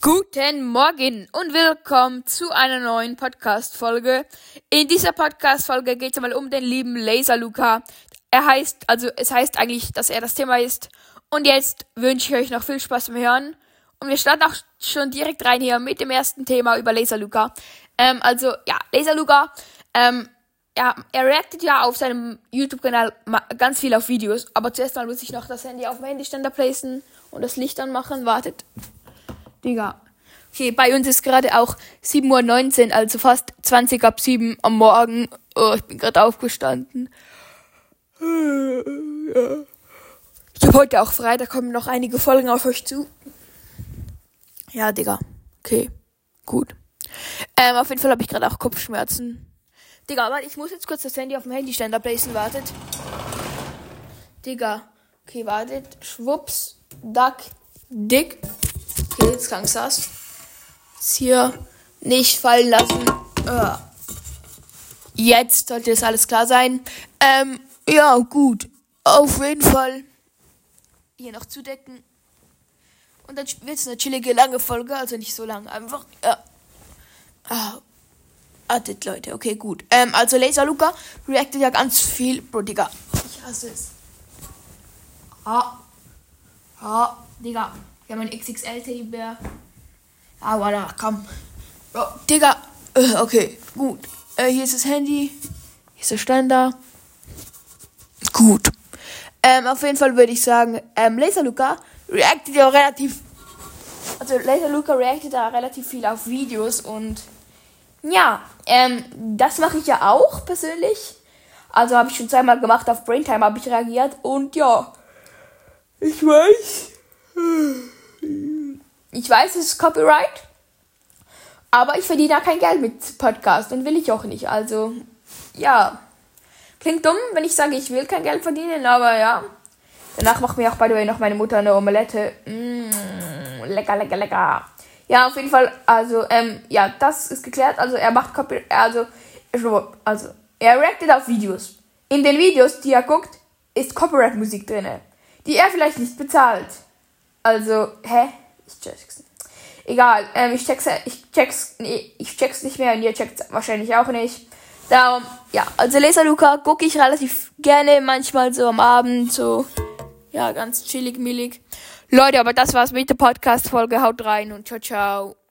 Guten Morgen und willkommen zu einer neuen Podcast-Folge. In dieser Podcast-Folge geht es mal um den lieben Laser Luca. Es heißt eigentlich, dass er das Thema ist. Und jetzt wünsche ich euch noch viel Spaß beim Hören. Und wir starten auch schon direkt rein hier mit dem ersten Thema über Laser Luca. Laser Luca, er reactet ja auf seinem YouTube-Kanal ganz viel auf Videos. Aber zuerst mal muss ich noch das Handy auf dem Handyständer placen und das Licht anmachen. Wartet. Digga. Okay, bei uns ist gerade auch 7:19 Uhr, also fast 20 ab 7 am Morgen. Oh, ich bin gerade aufgestanden. Ich habe heute auch frei, da kommen noch einige Folgen auf euch zu. Ja, Digga. Okay, gut. Auf jeden Fall habe ich gerade auch Kopfschmerzen. Digga, warte, ich muss jetzt kurz das Handy auf dem Handyständer placen, wartet. Digga. Okay, wartet. Schwupps, Duck, Dick. Okay, jetzt kann ich das. Jetzt hier nicht fallen lassen. Jetzt sollte das alles klar sein. Ja, gut. Auf jeden Fall hier noch zudecken. Und dann wird es eine chillige, lange Folge. Also nicht so lang, einfach, ja. Wartet, Leute. Okay, gut. Also Laser Luca reactet ja ganz viel. Bro, Digga. Ich hasse es. Digga. Ich habe einen XXL-Teddybär. Warte, komm. Oh, Digga. Okay, gut. Hier ist das Handy. Hier ist der Ständer. Gut. Auf jeden Fall würde ich sagen, Laser Luca reactet ja relativ viel auf Videos und ja, das mache ich ja auch persönlich. Also habe ich schon zweimal gemacht, auf Braintime habe ich reagiert und ja, ich weiß, es ist Copyright, aber ich verdiene da kein Geld mit Podcast und will ich auch nicht. Also, ja, klingt dumm, wenn ich sage, ich will kein Geld verdienen, aber ja. Danach macht mir auch, by the way, noch meine Mutter eine Omelette. Lecker, lecker, lecker. Ja, auf jeden Fall, also, ja, das ist geklärt. Also, er macht er reactet auf Videos. In den Videos, die er guckt, ist Copyright-Musik drin, die er vielleicht nicht bezahlt. Also, ich check's nicht. Egal, ich check's nicht mehr und ihr checkt's wahrscheinlich auch nicht. Darum, ja, also Laser Luca gucke ich relativ gerne, manchmal so am Abend, so, ja, ganz chillig, millig. Leute, aber das war's mit der Podcast-Folge. Haut rein und ciao, ciao.